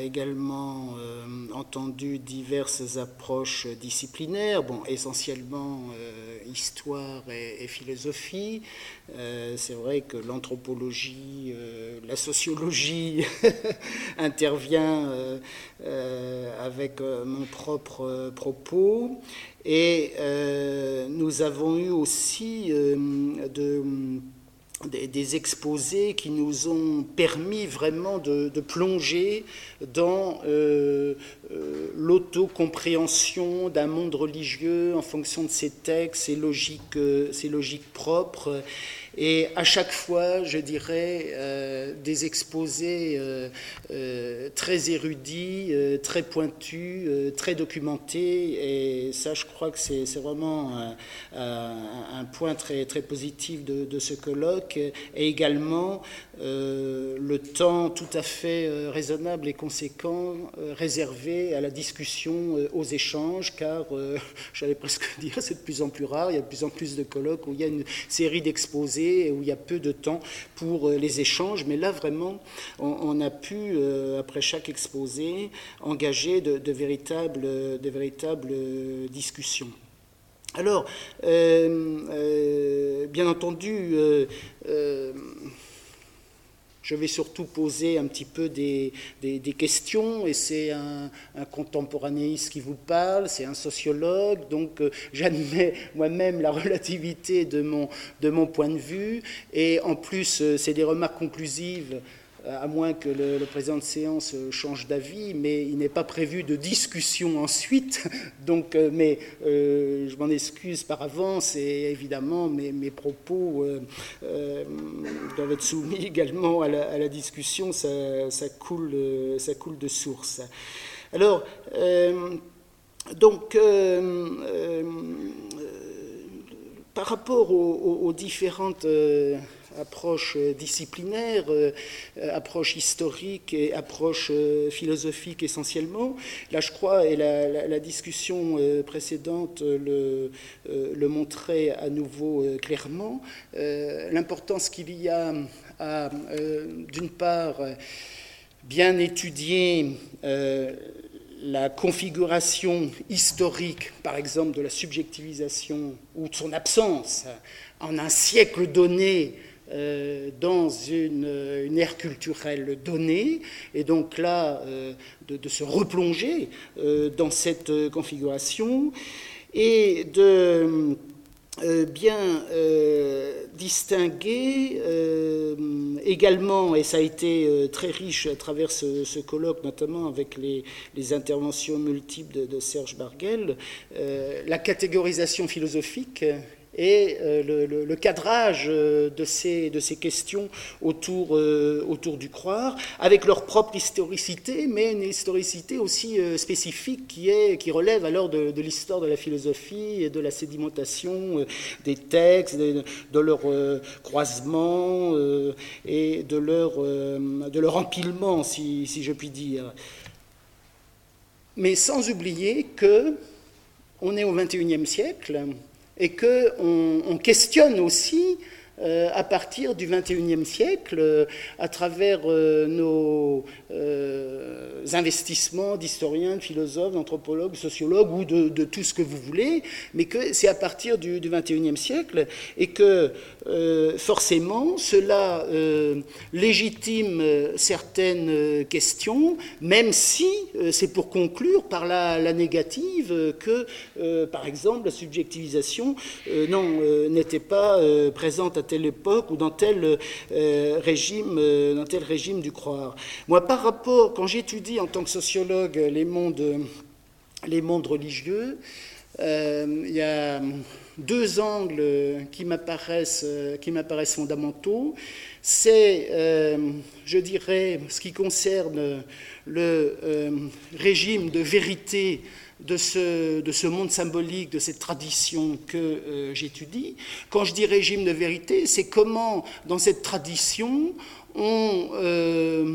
également entendu diverses approches disciplinaires, bon, essentiellement histoire et philosophie. C'est vrai que l'anthropologie, la sociologie intervient avec mon propre propos. Et nous avons eu aussi des exposés qui nous ont permis vraiment de plonger dans l'autocompréhension d'un monde religieux en fonction de ses textes, ses logiques propres. Et à chaque fois, je dirais, des exposés très érudits, très pointus, très documentés. Et ça, je crois que c'est vraiment un point très, très positif de ce colloque. Et également, le temps tout à fait raisonnable et conséquent réservé à la discussion, aux échanges, car, j'allais presque dire, c'est de plus en plus rare. Il y a de plus en plus de colloques où il y a une série d'exposés et où il y a peu de temps pour les échanges. Mais là, vraiment, on a pu, après chaque exposé, engager de véritables discussions. Alors, bien entendu, je vais surtout poser un petit peu des questions, et c'est un contemporanéiste qui vous parle, c'est un sociologue, donc j'admets moi-même la relativité de mon point de vue, et en plus c'est des remarques conclusives, à moins que le président de séance change d'avis, mais il n'est pas prévu de discussion ensuite, donc, mais je m'en excuse par avance, et évidemment mes propos doivent être soumis également à la discussion, ça coule de source. Alors, donc, par rapport aux différentes approche disciplinaire, approche historique et approche philosophique essentiellement. Là, je crois, et la discussion précédente le montrait à nouveau clairement, l'importance qu'il y a à, d'une part, bien étudier la configuration historique, par exemple, de la subjectivisation ou de son absence en un siècle donné, dans une ère culturelle donnée, et donc là, de se replonger dans cette configuration, et de bien distinguer également, et ça a été très riche à travers ce colloque, notamment avec les interventions multiples de Serge Barguel, la catégorisation philosophique et le cadrage de ces questions autour du croire, avec leur propre historicité, mais une historicité aussi spécifique qui relève alors de l'histoire de la philosophie et de la sédimentation des textes, de leur croisement et de leur empilement, si je puis dire. Mais sans oublier qu'on est au XXIe siècle, et qu'on questionne aussi, à partir du XXIe siècle, à travers nos investissements d'historiens, de philosophes, d'anthropologues, de sociologues, ou de tout ce que vous voulez, mais que c'est à partir du XXIe siècle, et que forcément cela légitime certaines questions, même si c'est pour conclure par la négative que, par exemple, la subjectivisation n'était pas présente à telle époque ou dans tel régime du croire. Moi, par rapport, quand j'étudie en tant que sociologue les mondes religieux, il y a deux angles qui m'apparaissent fondamentaux. C'est, je dirais, ce qui concerne le régime de vérité de ce monde symbolique, de cette tradition que j'étudie. Quand je dis régime de vérité, c'est comment, dans cette tradition, on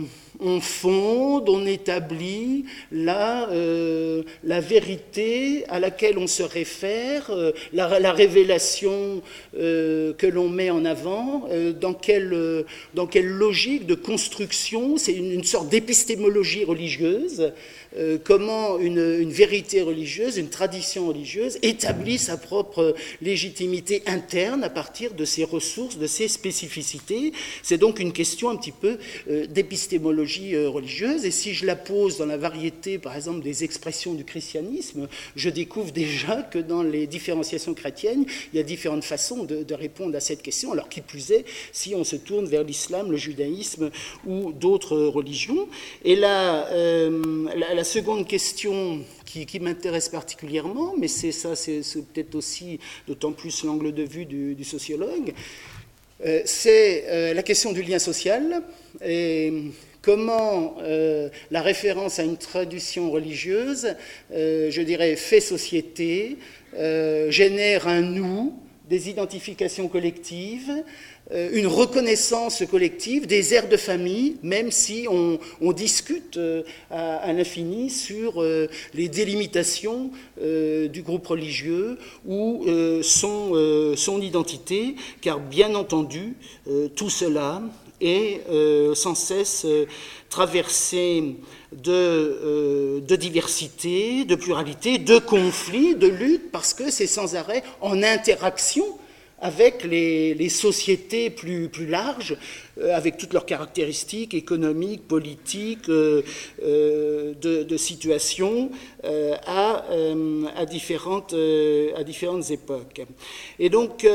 on fonde, on établit la vérité à laquelle on se réfère, la révélation que l'on met en avant, dans quelle logique de construction, c'est une sorte d'épistémologie religieuse, comment une vérité religieuse, une tradition religieuse établit sa propre légitimité interne à partir de ses ressources, de ses spécificités. C'est donc une question un petit peu d'épistémologie religieuse, et si je la pose dans la variété, par exemple, des expressions du christianisme, je découvre déjà que dans les différenciations chrétiennes, il y a différentes façons de répondre à cette question, alors qui plus est, si on se tourne vers l'islam, le judaïsme ou d'autres religions. Et là, la seconde question qui m'intéresse particulièrement, mais c'est peut-être aussi d'autant plus l'angle de vue du sociologue, c'est la question du lien social et comment la référence à une tradition religieuse, je dirais, fait société, génère un nous, des identifications collectives, une reconnaissance collective, des aires de famille, même si on discute à l'infini sur les délimitations du groupe religieux ou son identité, car bien entendu, tout cela est sans cesse traversé de diversité, de pluralité, de conflits, de luttes, parce que c'est sans arrêt en interaction avec les sociétés plus larges, avec toutes leurs caractéristiques économiques, politiques, de situation, à différentes époques. Et donc,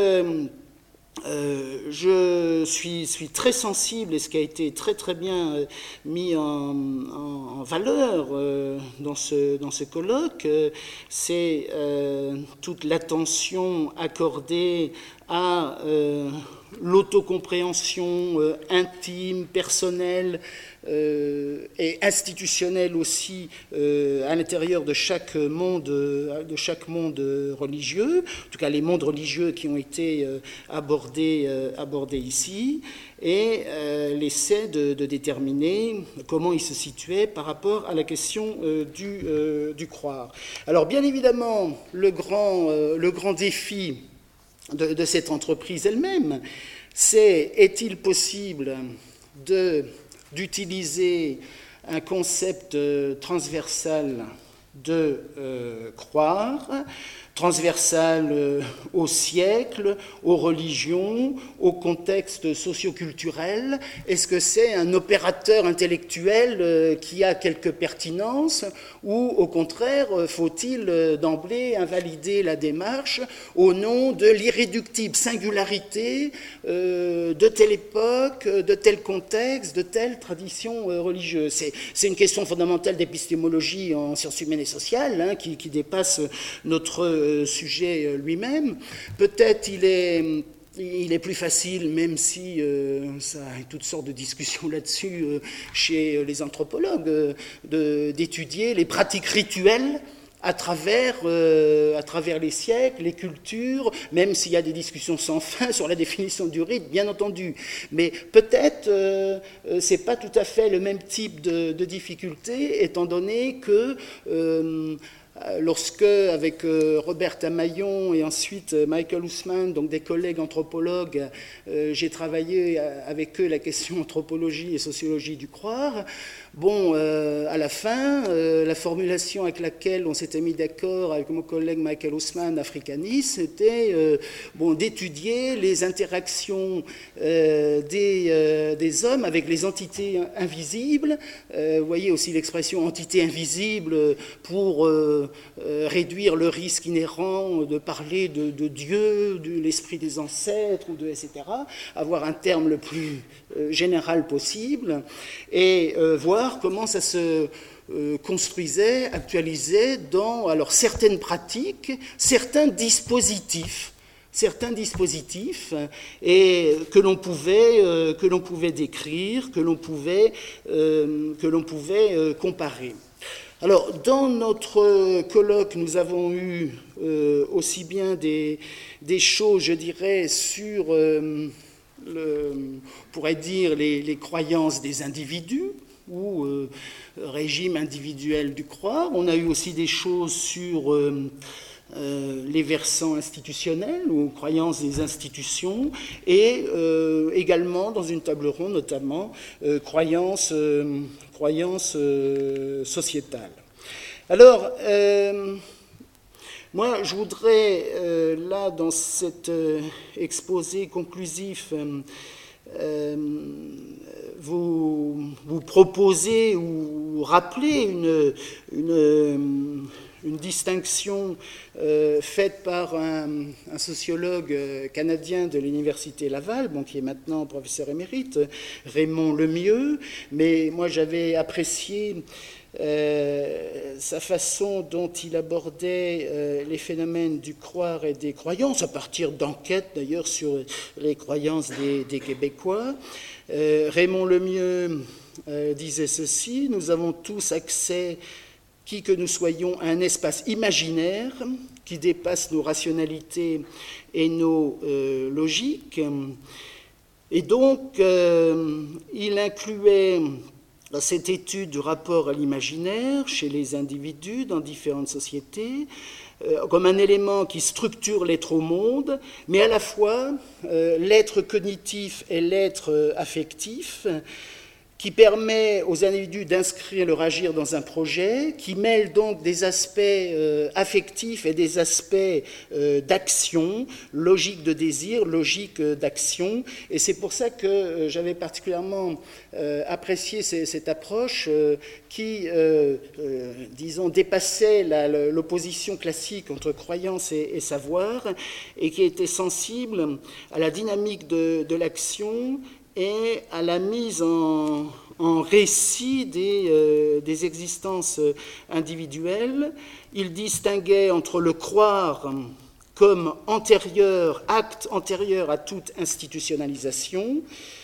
je suis très sensible, et ce qui a été très très bien mis en valeur dans ce colloque, c'est toute l'attention accordée à l'autocompréhension intime, personnelle et institutionnelle aussi à l'intérieur de chaque monde religieux, en tout cas les mondes religieux qui ont été abordés ici, et l'essai de déterminer comment il se situait par rapport à la question du croire. Alors bien évidemment, le grand défi de cette entreprise elle-même, c'est est-il possible d'utiliser un concept transversal de croire, transversal au siècle, aux religions, au contexte socio-culturel? Est-ce que c'est un opérateur intellectuel qui a quelque pertinence, ou au contraire, faut-il d'emblée invalider la démarche au nom de l'irréductible singularité de telle époque, de tel contexte, de telle tradition religieuse? C'est une question fondamentale d'épistémologie en sciences humaines et sociales, hein, qui dépasse notre sujet lui-même. Peut-être il est plus facile, même si ça a toutes sortes de discussions là-dessus chez les anthropologues, d'étudier les pratiques rituelles à travers les siècles, les cultures, même s'il y a des discussions sans fin sur la définition du rite, bien entendu. Mais peut-être c'est pas tout à fait le même type de difficulté, étant donné que lorsque, avec Robert Tamayon et ensuite Michael Hussman, donc des collègues anthropologues, j'ai travaillé avec eux la question anthropologie et sociologie du croire. Bon, à la fin, la formulation avec laquelle on s'était mis d'accord avec mon collègue Michael Hussman, africaniste, c'était d'étudier les interactions des hommes avec les entités invisibles. Vous voyez aussi l'expression entité invisible pour réduire le risque inhérent de parler de Dieu, de l'esprit des ancêtres, etc. Avoir un terme le plus général possible, et voir comment ça se construisait, actualisait dans certaines pratiques, certains dispositifs et que l'on pouvait décrire, que l'on pouvait comparer. Alors, dans notre colloque, nous avons eu aussi bien des choses, je dirais, sur, on pourrait dire, les croyances des individus, ou régime individuel du croire. On a eu aussi des choses sur les versants institutionnels ou croyances des institutions, et également dans une table ronde notamment croyances sociétales. Alors, moi, je voudrais, là, dans cet exposé conclusif, vous proposer ou rappeler une distinction faite par un sociologue canadien de l'Université Laval, qui est maintenant professeur émérite, Raymond Lemieux. Mais moi, j'avais apprécié sa façon dont il abordait les phénomènes du croire et des croyances, à partir d'enquêtes d'ailleurs sur les croyances des Québécois. Raymond Lemieux disait ceci: « Nous avons tous accès, qui que nous soyons, à un espace imaginaire qui dépasse nos rationalités et nos logiques. » Et donc, il incluait dans cette étude du rapport à l'imaginaire chez les individus dans différentes sociétés comme un élément qui structure l'être au monde, mais à la fois l'être cognitif et l'être affectif, qui permet aux individus d'inscrire leur agir dans un projet, qui mêle donc des aspects affectifs et des aspects d'action, logique de désir, logique d'action. Et c'est pour ça que j'avais particulièrement apprécié cette approche qui, disons, dépassait l'opposition classique entre croyance et savoir, et qui était sensible à la dynamique de l'action et à la mise en récit des existences individuelles. Il distinguait entre le croire comme acte antérieur à toute institutionnalisation,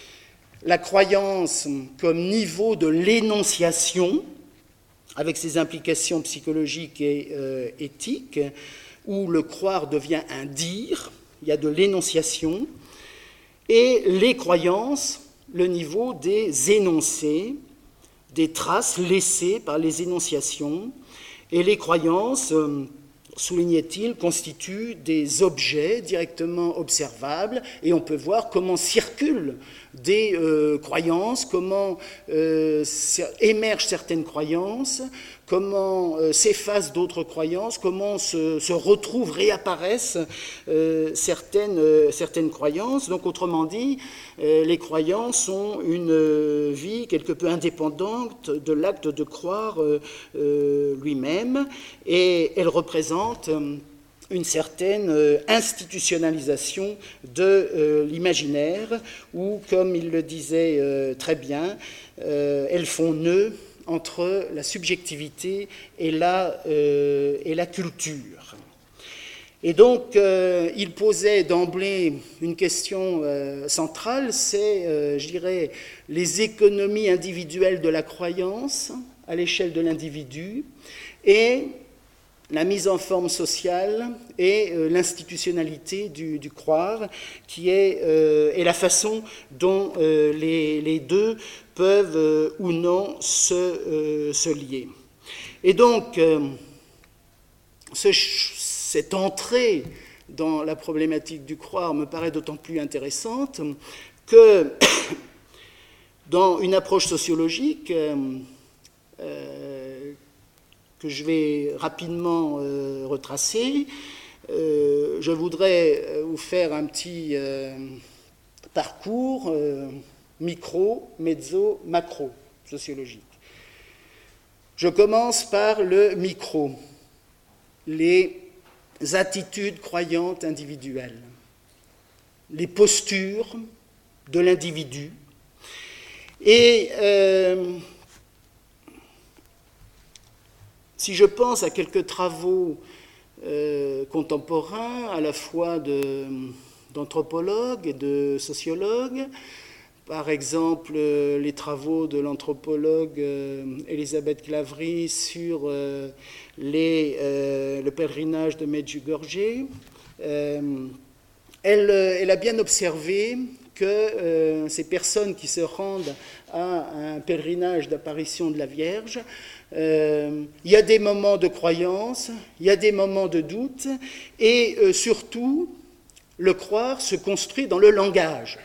la croyance comme niveau de l'énonciation, avec ses implications psychologiques et éthiques, où le croire devient un dire, il y a de l'énonciation, et les croyances, le niveau des énoncés, des traces laissées par les énonciations. Et les croyances, soulignait-il, constituent des objets directement observables, et on peut voir comment circulent des croyances, comment émergent certaines croyances, comment s'effacent d'autres croyances, comment se retrouvent, réapparaissent certaines croyances. Donc, autrement dit, les croyances ont une vie quelque peu indépendante de l'acte de croire lui-même, et elles représentent une certaine institutionnalisation de l'imaginaire, où, comme il le disait très bien, elles font nœud entre la subjectivité et la culture. Et donc, il posait d'emblée une question centrale, c'est, je dirais, les économies individuelles de la croyance à l'échelle de l'individu, et la mise en forme sociale et l'institutionnalité du croire, qui est et la façon dont les deux peuvent ou non se lier. Et donc, cette entrée dans la problématique du croire me paraît d'autant plus intéressante que dans une approche sociologique que je vais rapidement retracer, je voudrais vous faire un petit parcours micro, mezzo, macro sociologique. Je commence par le micro, les attitudes croyantes individuelles, les postures de l'individu, et si je pense à quelques travaux contemporains, à la fois d'anthropologues et de sociologues, par exemple les travaux de l'anthropologue Elisabeth Claverie sur le pèlerinage de Medjugorje, elle a bien observé que ces personnes qui se rendent à un pèlerinage d'apparition de la Vierge, il y a des moments de croyance, il y a des moments de doute, et surtout, le croire se construit dans le langage.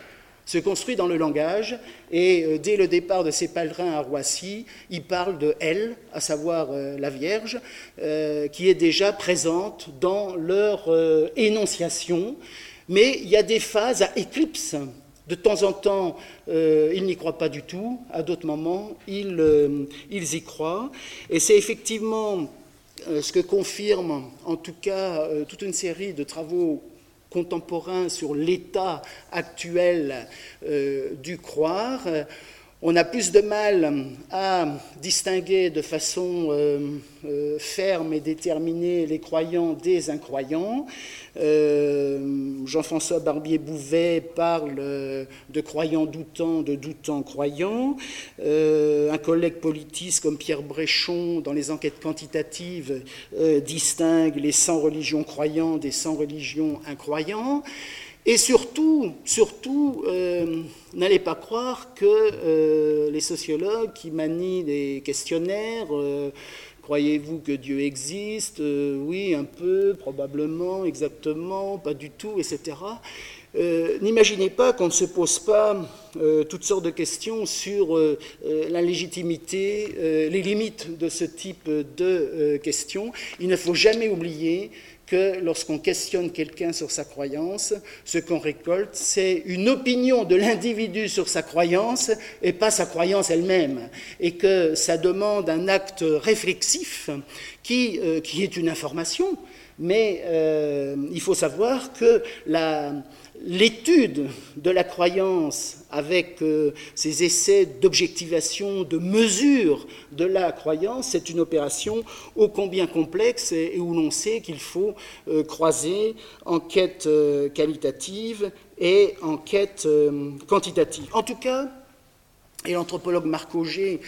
Et dès le départ de ces pèlerins à Roissy, ils parlent de elle, à savoir la Vierge, qui est déjà présente dans leur énonciation. Mais il y a des phases à éclipse. De temps en temps, ils n'y croient pas du tout. À d'autres moments, ils y croient. Et c'est effectivement ce que confirme, en tout cas, toute une série de travaux contemporains sur l'état actuel du croire. On a plus de mal à distinguer de façon ferme et déterminée les croyants des incroyants. Jean-François Barbier-Bouvet parle de croyants doutants, de doutants croyants. Un collègue politiste comme Pierre Bréchon, dans les enquêtes quantitatives, distingue les 100 religions croyants des 100 religions incroyants. Et surtout, n'allez pas croire que les sociologues qui manient des questionnaires, croyez-vous que Dieu existe? Oui, un peu, probablement, exactement, pas du tout, etc. N'imaginez pas qu'on ne se pose pas toutes sortes de questions sur la légitimité, les limites de ce type de questions. Il ne faut jamais oublier que lorsqu'on questionne quelqu'un sur sa croyance, ce qu'on récolte, c'est une opinion de l'individu sur sa croyance et pas sa croyance elle-même. Et que ça demande un acte réflexif qui est une information. Mais il faut savoir que l'étude de la croyance avec ces essais d'objectivation, de mesure de la croyance, c'est une opération ô combien complexe et où l'on sait qu'il faut croiser enquête qualitative et enquête quantitative. En tout cas, et l'anthropologue Marc Auger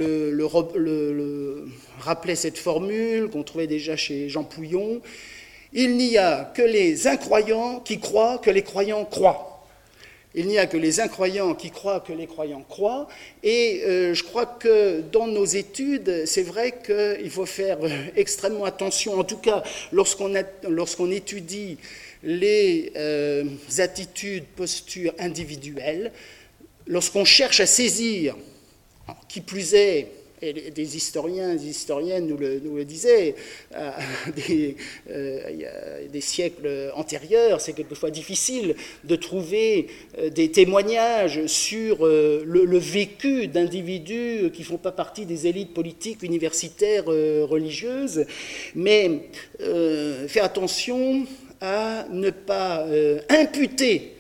rappelait cette formule qu'on trouvait déjà chez Jean Pouillon: il n'y a que les incroyants qui croient que les croyants croient. Il n'y a que les incroyants qui croient que les croyants croient. Et je crois que dans nos études, c'est vrai qu'il faut faire extrêmement attention, en tout cas lorsqu'on étudie les attitudes, postures individuelles, lorsqu'on cherche à saisir, qui plus est, et des historiens et des historiennes nous le disaient, il y a des siècles antérieurs, c'est quelquefois difficile de trouver des témoignages sur le vécu d'individus qui ne font pas partie des élites politiques, universitaires, religieuses, mais faire attention à ne pas imputer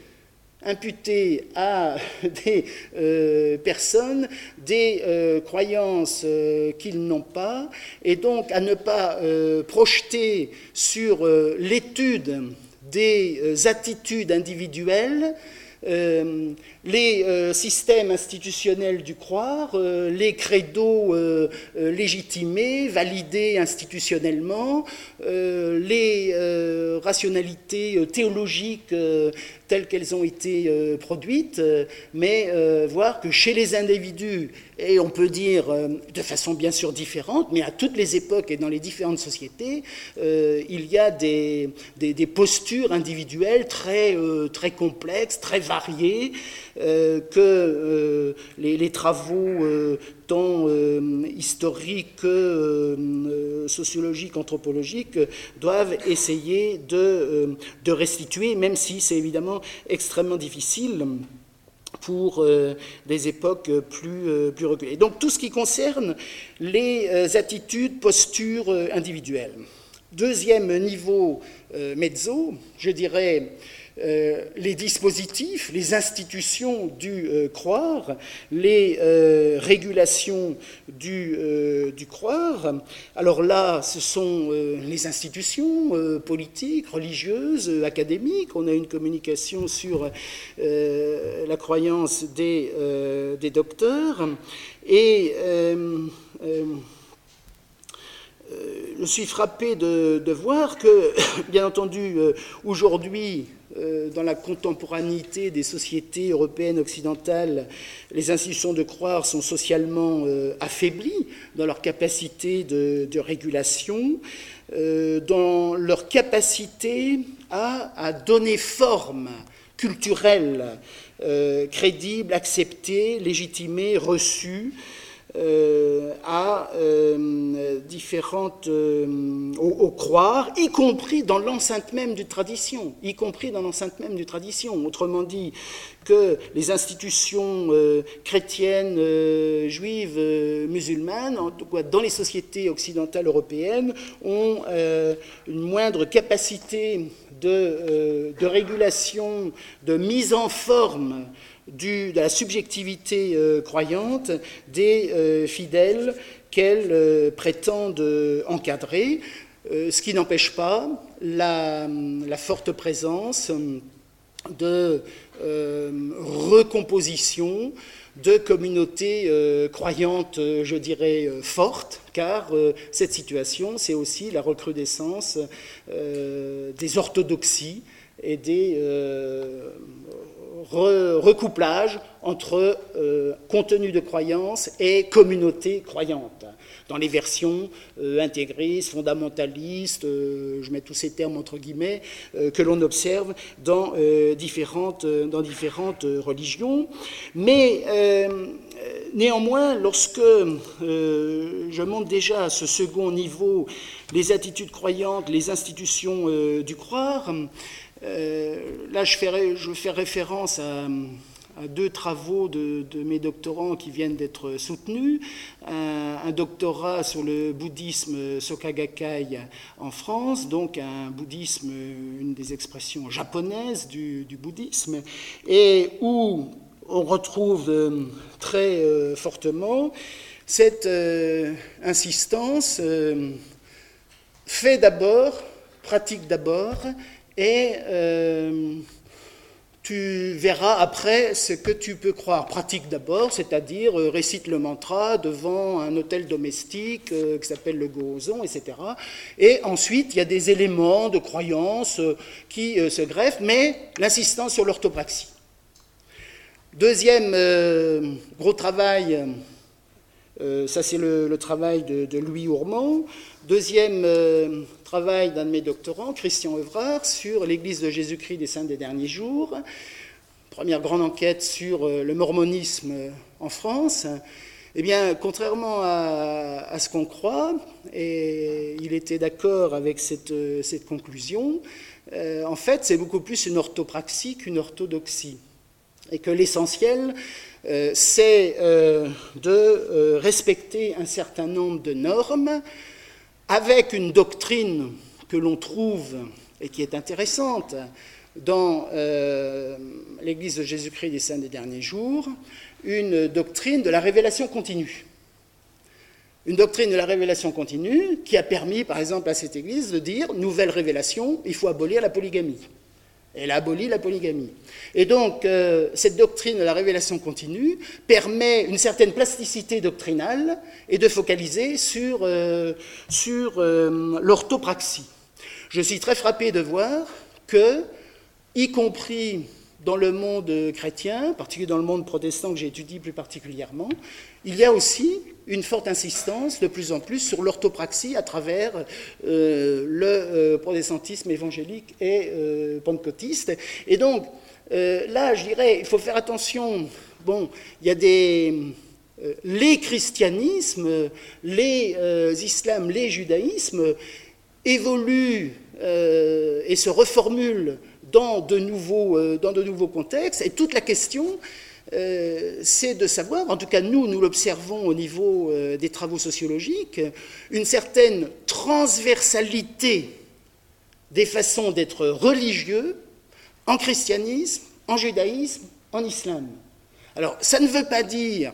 à des personnes des croyances qu'ils n'ont pas, et donc à ne pas projeter sur l'étude des attitudes individuelles les systèmes institutionnels du croire, les credos légitimés, validés institutionnellement, les rationalités théologiques telles qu'elles ont été produites, mais voir que chez les individus, et on peut dire de façon bien sûr différente, mais à toutes les époques et dans les différentes sociétés, il y a des postures individuelles très complexes, très variées, que les travaux tant historiques que sociologiques, anthropologiques, doivent essayer de restituer, même si c'est évidemment extrêmement difficile pour des époques plus reculées. Donc tout ce qui concerne les attitudes, postures individuelles. Deuxième niveau mezzo, je dirais les dispositifs, les institutions du croire, les régulations du croire. Alors là, ce sont les institutions politiques, religieuses, académiques. On a une communication sur la croyance des docteurs. Et je suis frappé de voir que, bien entendu, aujourd'hui, dans la contemporanéité des sociétés européennes occidentales, les institutions de croire sont socialement affaiblies dans leur capacité de régulation, dans leur capacité à donner forme culturelle, crédible, acceptée, légitimée, reçue, au croire, y compris dans l'enceinte même d'une tradition, Autrement dit, que les institutions chrétiennes, juives, musulmanes, en tout cas dans les sociétés occidentales européennes, ont une moindre capacité de régulation, de mise en forme de la subjectivité croyante des fidèles qu'elles prétendent encadrer, ce qui n'empêche pas la forte présence de recomposition de communautés croyantes, je dirais, fortes, car cette situation, c'est aussi la recrudescence des orthodoxies et des recouplage entre contenu de croyance et communauté croyante. Dans les versions intégristes, fondamentalistes, je mets tous ces termes entre guillemets, que l'on observe dans différentes religions. Mais néanmoins, lorsque je monte déjà à ce second niveau les attitudes croyantes, les institutions du croire, là, je fais référence à deux travaux de mes doctorants qui viennent d'être soutenus. Un doctorat sur le bouddhisme Soka Gakkai en France, donc un bouddhisme, une des expressions japonaises du bouddhisme, et où on retrouve très fortement cette insistance fait d'abord, pratique d'abord, et tu verras après ce que tu peux croire. Pratique d'abord, c'est-à-dire récite le mantra devant un autel domestique qui s'appelle le Gozon, etc. Et ensuite, il y a des éléments de croyance qui se greffent, mais l'insistance sur l'orthopraxie. Deuxième gros travail, ça c'est le travail de Louis Ourmand. Deuxième travail d'un de mes doctorants, Christian Evrard, sur l'Église de Jésus-Christ des Saints des Derniers Jours. Première grande enquête sur le mormonisme en France. Eh bien, contrairement à ce qu'on croit, et il était d'accord avec cette conclusion, en fait, c'est beaucoup plus une orthopraxie qu'une orthodoxie. Et que l'essentiel, c'est de respecter un certain nombre de normes avec une doctrine que l'on trouve et qui est intéressante dans l'Église de Jésus-Christ des Saints des Derniers Jours, une doctrine de la révélation continue. Une doctrine de la révélation continue qui a permis, par exemple, à cette Église de dire « nouvelle révélation, il faut abolir la polygamie ». Elle a aboli la polygamie. Et donc, cette doctrine de la révélation continue permet une certaine plasticité doctrinale et de focaliser sur l'orthopraxie. Je suis très frappé de voir que, y compris dans le monde chrétien, en particulier dans le monde protestant que j'étudie plus particulièrement, il y a aussi une forte insistance de plus en plus sur l'orthopraxie à travers le protestantisme évangélique et pentecôtiste. Et donc, là, je dirais, il faut faire attention. Bon, il y a les christianismes, les islams, les judaïsmes évoluent et se reformulent dans de nouveaux contextes. Et toute la question, c'est de savoir, en tout cas nous l'observons au niveau des travaux sociologiques, une certaine transversalité des façons d'être religieux en christianisme, en judaïsme, en islam. Alors, ça ne veut pas dire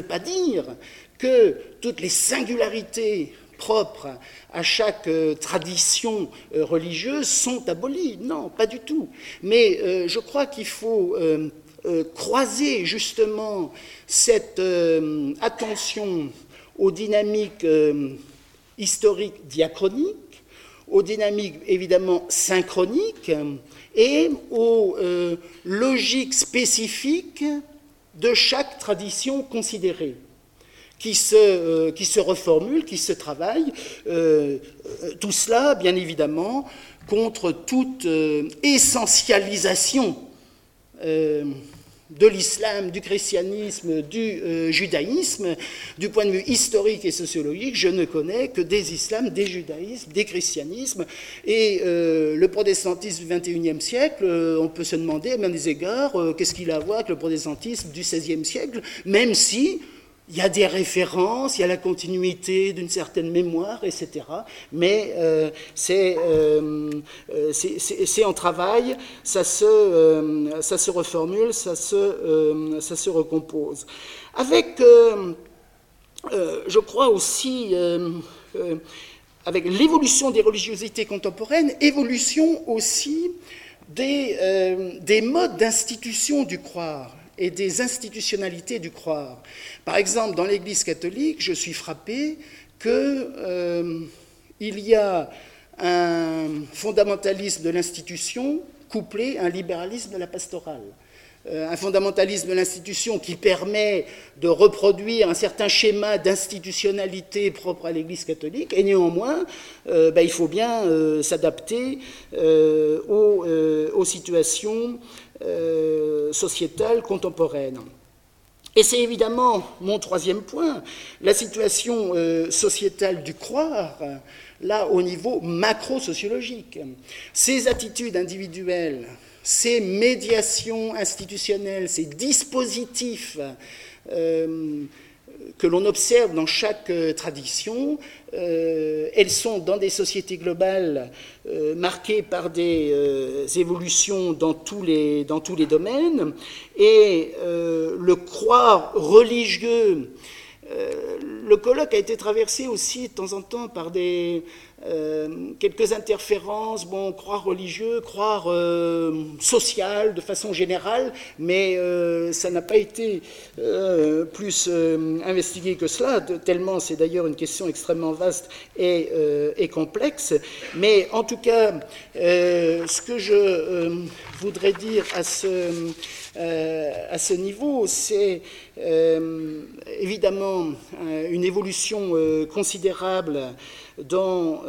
que toutes les singularités propres à chaque tradition religieuse sont abolies. Non, pas du tout. Mais je crois qu'il faut croiser justement cette attention aux dynamiques historiques diachroniques, aux dynamiques évidemment synchroniques et aux logiques spécifiques de chaque tradition considérée, qui se reformule, qui se travaille, tout cela, bien évidemment, contre toute essentialisation de l'islam, du christianisme, du judaïsme. Du point de vue historique et sociologique, je ne connais que des islams, des judaïsmes, des christianismes. Et le protestantisme du XXIe siècle, on peut se demander à bien des égards, qu'est-ce qu'il a à voir avec le protestantisme du XVIe siècle, même si il y a des références, il y a la continuité d'une certaine mémoire, etc. Mais c'est en travail, ça se reformule, ça se recompose. Avec, je crois aussi, avec l'évolution des religiosités contemporaines, évolution aussi des modes d'institution du croire et des institutionnalités du croire. Par exemple, dans l'Église catholique, je suis frappé qu'il y a un fondamentalisme de l'institution couplé à un libéralisme de la pastorale. Un fondamentalisme de l'institution qui permet de reproduire un certain schéma d'institutionnalité propre à l'Église catholique, et néanmoins, il faut bien s'adapter aux situations sociétale contemporaine. Et c'est évidemment mon troisième point, la situation sociétale du croire, là au niveau macro-sociologique. Ces attitudes individuelles, ces médiations institutionnelles, ces dispositifs que l'on observe dans chaque tradition, elles sont dans des sociétés globales marquées par des évolutions dans tous les domaines, et le croire religieux, le colloque a été traversé aussi de temps en temps par quelques interférences, croire religieux, croire social de façon générale, mais ça n'a pas été plus investigué que cela, tellement c'est d'ailleurs une question extrêmement vaste et complexe. Mais en tout cas, ce que je voudrais dire à ce niveau, c'est évidemment une évolution considérable dans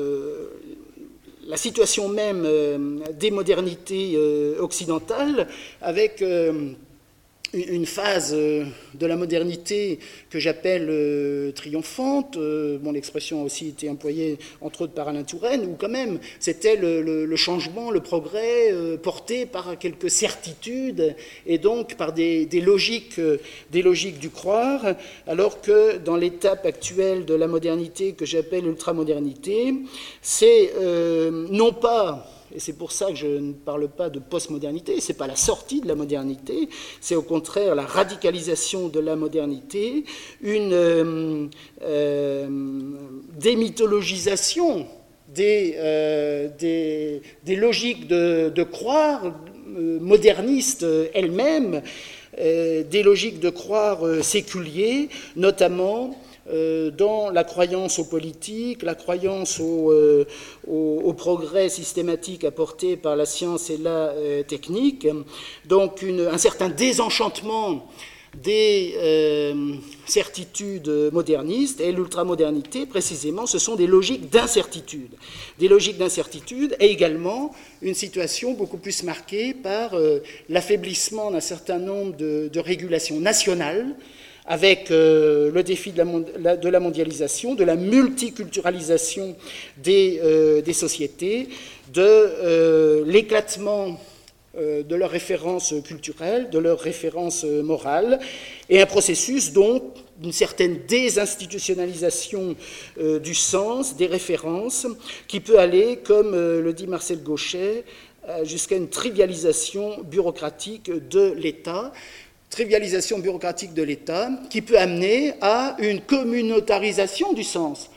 la situation même des modernités occidentales, avec une phase de la modernité que j'appelle triomphante. L'expression a aussi été employée entre autres par Alain Touraine, où quand même c'était le changement, le progrès porté par quelques certitudes et donc par des logiques du croire, alors que dans l'étape actuelle de la modernité que j'appelle ultramodernité, c'est non pas, et c'est pour ça que je ne parle pas de postmodernité, ce n'est pas la sortie de la modernité, c'est au contraire la radicalisation de la modernité, une démythologisation des logiques de croire modernistes elles-mêmes, des logiques de croire séculiers, notamment dans la croyance aux politiques, la croyance au progrès systématique apporté par la science et la technique, donc un certain désenchantement des certitudes modernistes, et l'ultramodernité, précisément, ce sont des logiques d'incertitude. Des logiques d'incertitude et également une situation beaucoup plus marquée par l'affaiblissement d'un certain nombre de régulations nationales, avec le défi de la mondialisation, de la multiculturalisation des sociétés, de l'éclatement de leurs références culturelles, de leurs références morales, et un processus donc d'une certaine désinstitutionnalisation du sens, des références, qui peut aller, comme le dit Marcel Gauchet, jusqu'à une trivialisation bureaucratique de l'État, qui peut amener à une communautarisation du sens.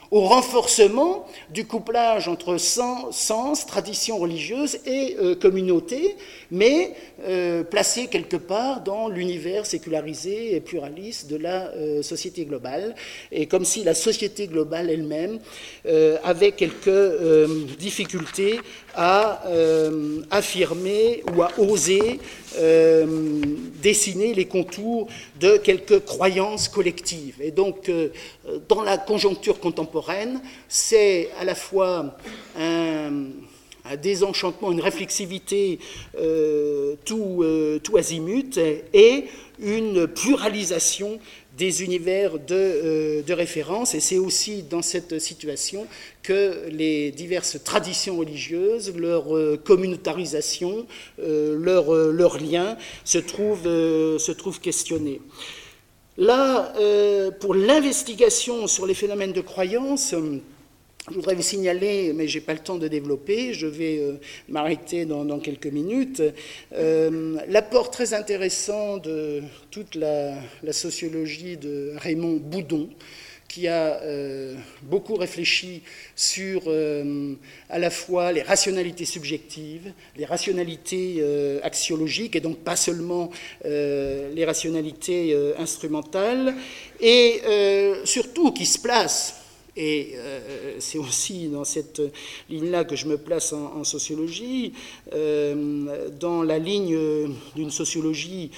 au renforcement du couplage entre sens, tradition religieuse et communauté, mais placé quelque part dans l'univers sécularisé et pluraliste de la société globale, et comme si la société globale elle-même avait quelques difficultés à affirmer ou à oser dessiner les contours de quelques croyances collectives. Et donc, dans la conjoncture contemporaine, c'est à la fois un désenchantement, une réflexivité tout azimut et une pluralisation des univers de référence, et c'est aussi dans cette situation que les diverses traditions religieuses, leur communautarisation, leurs liens se trouvent questionnés. Là, pour l'investigation sur les phénomènes de croyance, je voudrais vous signaler, mais je n'ai pas le temps de développer, je vais m'arrêter dans quelques minutes, l'apport très intéressant de toute la sociologie de Raymond Boudon, qui a beaucoup réfléchi sur à la fois les rationalités subjectives, les rationalités axiologiques, et donc pas seulement les rationalités instrumentales, et surtout qui se place, et c'est aussi dans cette ligne-là que je me place en sociologie, dans la ligne d'une sociologie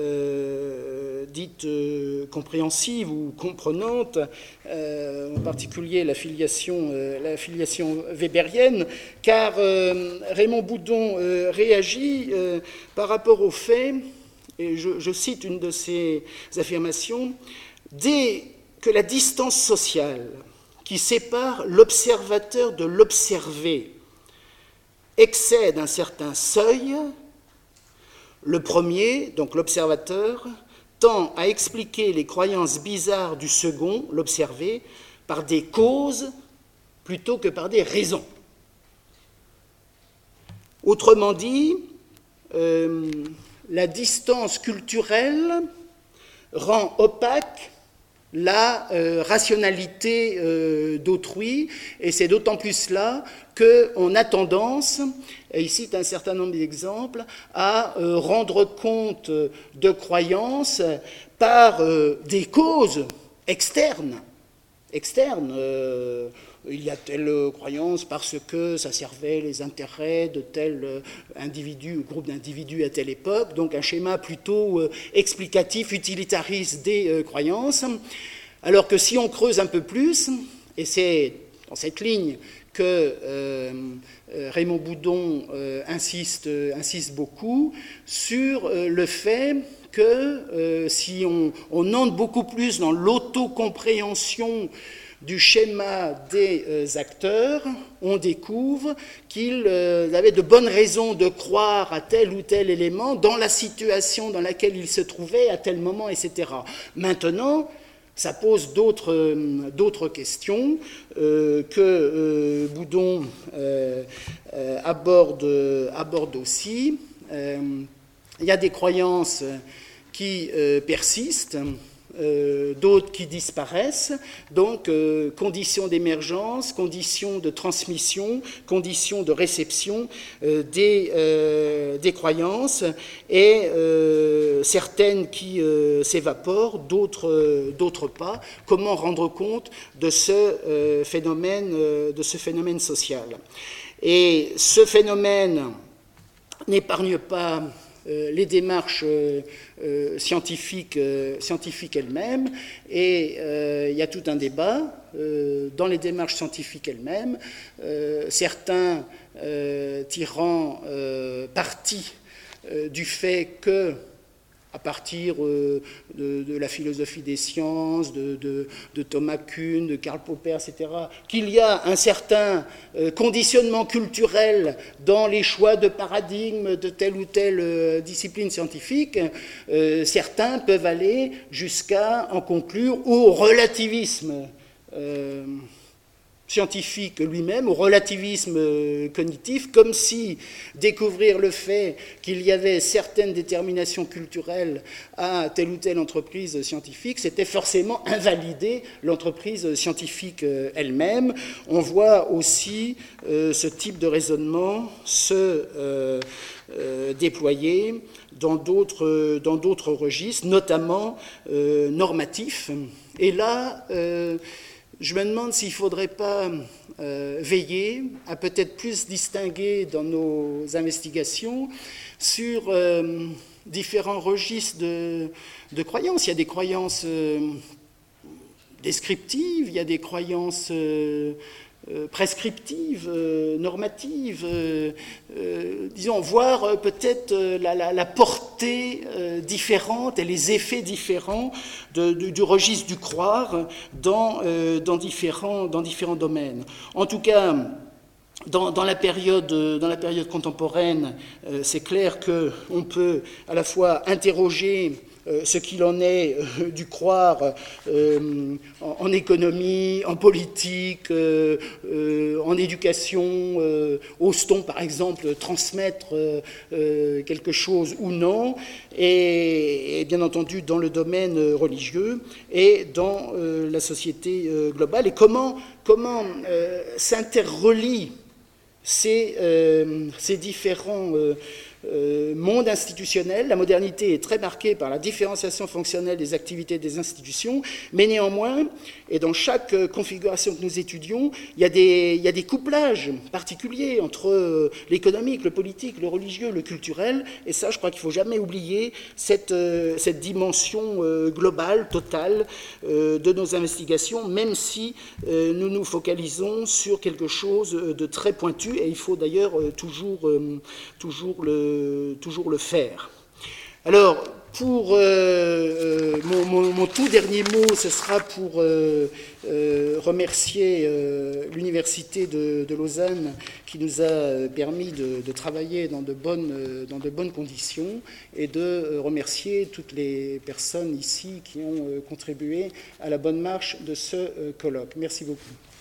dite compréhensive ou comprenante, en particulier la filiation weberienne, car Raymond Boudon réagit par rapport au fait, et je cite une de ses affirmations, dès que la distance sociale qui sépare l'observateur de l'observé excède un certain seuil, le premier, donc l'observateur, tend à expliquer les croyances bizarres du second, l'observé, par des causes plutôt que par des raisons. Autrement dit, la distance culturelle rend opaque la rationalité d'autrui, et c'est d'autant plus là qu'on a tendance, et il cite un certain nombre d'exemples, à rendre compte de croyances par des causes externes. Il y a telle croyance parce que ça servait les intérêts de tel individu ou groupe d'individus à telle époque, donc un schéma plutôt explicatif, utilitariste des croyances, alors que si on creuse un peu plus, et c'est dans cette ligne que Raymond Boudon insiste beaucoup, sur le fait que si on entre beaucoup plus dans l'autocompréhension du schéma des acteurs, on découvre qu'ils avaient de bonnes raisons de croire à tel ou tel élément dans la situation dans laquelle ils se trouvaient à tel moment, etc. Maintenant, ça pose d'autres questions que Boudon aborde aussi. Il y a des croyances qui persistent, d'autres qui disparaissent, donc conditions d'émergence, conditions de transmission, conditions de réception des croyances, et certaines qui s'évaporent, d'autres pas. Comment rendre compte de ce phénomène social? Et ce phénomène n'épargne pas les démarches scientifiques elles-mêmes, et il y a tout un débat dans les démarches scientifiques elles-mêmes, certains tirant parti du fait que, à partir de la philosophie des sciences, de Thomas Kuhn, de Karl Popper, etc., qu'il y a un certain conditionnement culturel dans les choix de paradigme de telle ou telle discipline scientifique. Certains peuvent aller jusqu'à en conclure au relativisme scientifique lui-même, au relativisme cognitif, comme si découvrir le fait qu'il y avait certaines déterminations culturelles à telle ou telle entreprise scientifique, c'était forcément invalider l'entreprise scientifique elle-même. On voit aussi ce type de raisonnement se déployer dans d'autres registres, notamment normatifs. Et là, je me demande s'il ne faudrait pas veiller à peut-être plus distinguer dans nos investigations sur différents registres de croyances. Il y a des croyances descriptives, il y a des croyances prescriptives, normatives, disons, voir peut-être la portée différente et les effets différents du registre du croire dans différents domaines. En tout cas, dans la période contemporaine, c'est clair qu'on peut à la fois interroger ce qu'il en est du croire en économie, en politique, en éducation. Ose-t-on, par exemple, transmettre quelque chose ou non, et bien entendu dans le domaine religieux et dans la société globale, et comment s'interrelient ces différents monde institutionnel. La modernité est très marquée par la différenciation fonctionnelle des activités des institutions, mais néanmoins, et dans chaque configuration que nous étudions, il y a des couplages particuliers entre l'économique, le politique, le religieux, le culturel, et ça, je crois qu'il ne faut jamais oublier cette dimension globale, totale de nos investigations, même si nous nous focalisons sur quelque chose de très pointu, et il faut d'ailleurs toujours le faire. Alors, pour mon tout dernier mot, ce sera pour remercier l'Université de Lausanne qui nous a permis de travailler dans de bonnes conditions, et de remercier toutes les personnes ici qui ont contribué à la bonne marche de ce colloque. Merci beaucoup.